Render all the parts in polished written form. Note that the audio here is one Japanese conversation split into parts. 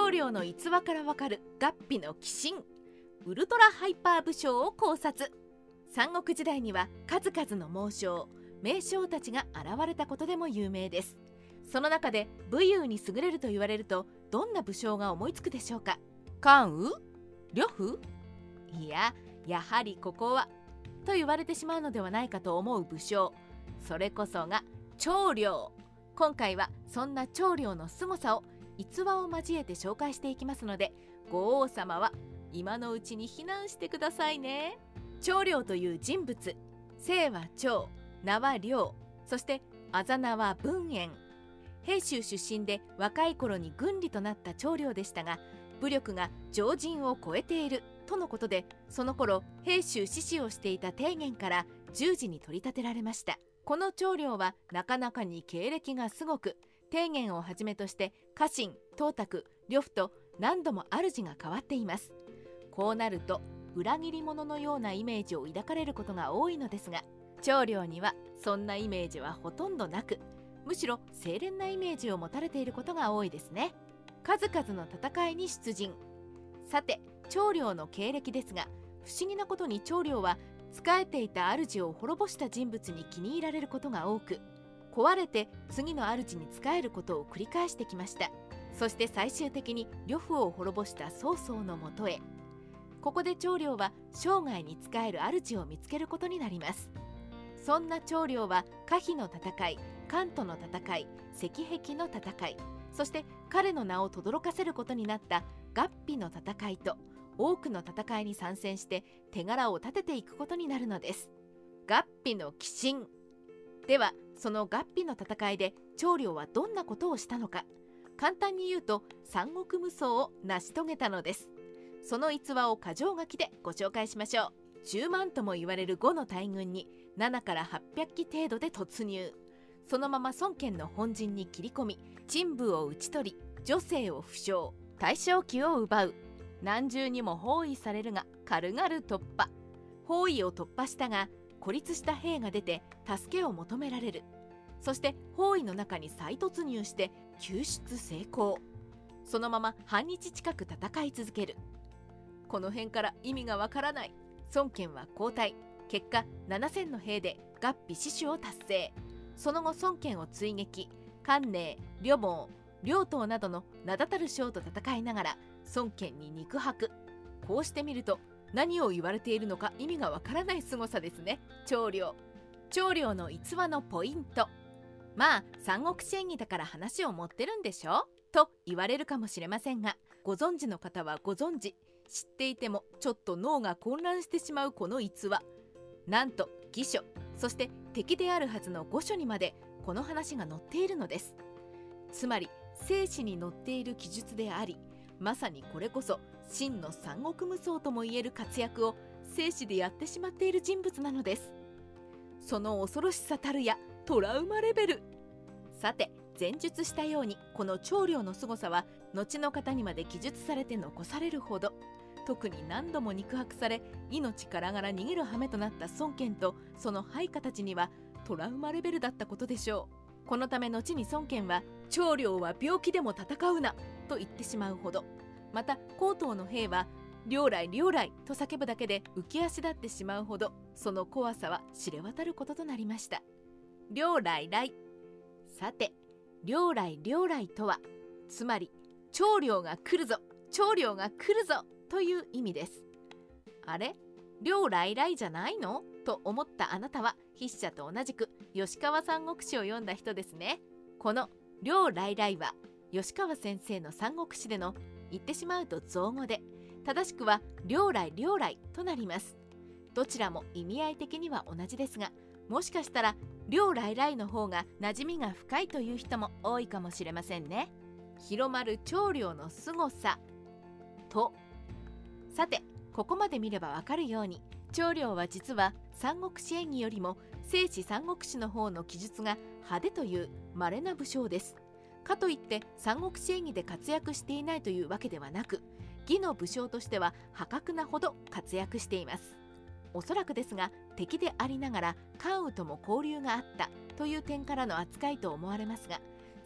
長領の逸話からわかる合皮の鬼神、ウルトラハイパー武将を考察。三国時代には数々の猛将名将たちが現れたことでも有名です。その中で武勇に優れると言われると、どんな武将が思いつくでしょうか。関羽、呂布、いや、やはりここはと言われてしまうのではないかと思う武将、それこそが長領。今回はそんな長領の凄さを逸話を交えて紹介していきますので、ご王様は今のうちに避難してくださいね。長領という人物、姓は長、名は領、そしてあざ名は文苑。平州出身で若い頃に軍吏となった長領でしたが、武力が常人を超えているとのことで、その頃平州志士をしていた貞元から従事に取り立てられました。この長領はなかなかに経歴がすごく、貞元をはじめとして家臣、董卓、呂布と何度も主が変わっています。こうなると裏切り者のようなイメージを抱かれることが多いのですが、長領にはそんなイメージはほとんどなく、むしろ清廉なイメージを持たれていることが多いですね。数々の戦いに出陣。さて、長領の経歴ですが、不思議なことに長領は仕えていた主を滅ぼした人物に気に入られることが多く、壊れて次の主に仕えることを繰り返してきました。そして最終的に呂布を滅ぼした曹操のもとへ。ここで長領は生涯に仕える主を見つけることになります。そんな長領は可否の戦い、関東の戦い、石壁の戦い、そして彼の名を轟かせることになった合皮の戦いと多くの戦いに参戦して手柄を立てていくことになるのです。合皮の鬼神では、その合皮の戦いで長領はどんなことをしたのか。簡単に言うと、三国無双を成し遂げたのです。その逸話を箇条書きでご紹介しましょう。10万とも言われる呉の大軍に7から800騎程度で突入。そのまま孫権の本陣に切り込み、陳部を討ち取り、女性を負傷、大正旗を奪う。何重にも包囲されるが軽々突破。包囲を突破したが孤立した兵が出て助けを求められる。そして包囲の中に再突入して救出成功。そのまま半日近く戦い続ける。この辺から意味がわからない。孫権は交代。結果7000の兵で合皮死守を達成。その後孫権を追撃。関寧、呂蒙、両党などの名だたる将と戦いながら孫権に肉薄。こうしてみると何を言われているのか意味がわからない凄さですね。長領の逸話のポイント。まあ三国志演義だから話を持ってるんでしょと言われるかもしれませんが、ご存知の方はご存知、知っていてもちょっと脳が混乱してしまうこの逸話。なんと義書、そして敵であるはずの御書にまでこの話が載っているのです。つまり正史に載っている記述であり、まさにこれこそ真の三国無双ともいえる活躍を正史でやってしまっている人物なのです。その恐ろしさたるやトラウマレベル。さて、前述したようにこの長領の凄さは後の方にまで記述されて残されるほど、特に何度も肉薄され命からがら逃げる羽目となった孫権とその配下たちにはトラウマレベルだったことでしょう。このため後に孫権は長領は病気でも戦うなと言ってしまうほど、また江東の兵は領来領来と叫ぶだけで浮き足立ってしまうほど、その怖さは知れ渡ることとなりました。領来来。さて、領来領来とはつまり長領が来るぞ、長領が来るぞという意味です。あれ、領来来じゃないのと思ったあなたは筆者と同じく吉川三国志を読んだ人ですね。この領来来は吉川先生の三国志での言ってしまうと造語で、正しくは領来領来となります。どちらも意味合い的には同じですが、もしかしたら領来来の方が馴染みが深いという人も多いかもしれませんね。広まる長領の凄さと、さてここまで見ればわかるように、長領は実は三国志演義よりも正史三国志の方の記述が派手という稀な武将です。かといって三国志演義で活躍していないというわけではなく、義の武将としては破格なほど活躍しています。おそらくですが、敵でありながら関羽とも交流があったという点からの扱いと思われますが、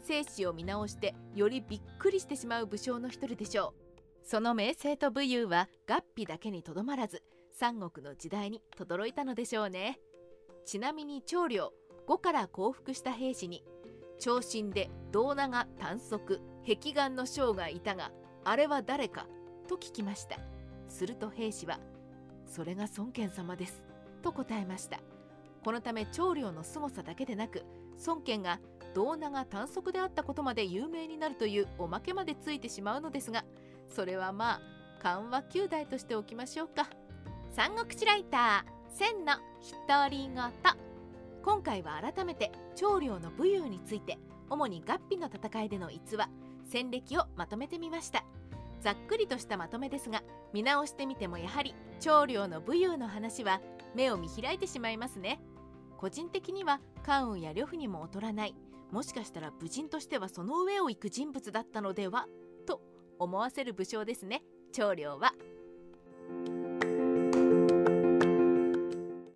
生死を見直してよりびっくりしてしまう武将の一人でしょう。その名声と武勇は合皮だけにとどまらず、三国の時代に轟いたのでしょうね。ちなみに長領呉から降伏した兵士に、長身で胴長短足壁眼の将がいたが、あれは誰かと聞きました。すると兵士は、それが孫権様ですと答えました。このため長領の凄さだけでなく、孫権が胴長短足であったことまで有名になるというおまけまでついてしまうのですが、それはまあ漢和9代としておきましょうか。三国志ライター千の独り言。今回は改めて長領の武勇について、主に合皮の戦いでの逸話、戦歴をまとめてみました。ざっくりとしたまとめですが、見直してみてもやはり長領の武勇の話は目を見開いてしまいますね。個人的には関羽や呂布にも劣らない、もしかしたら武人としてはその上を行く人物だったのではと思わせる武将ですね、長領は。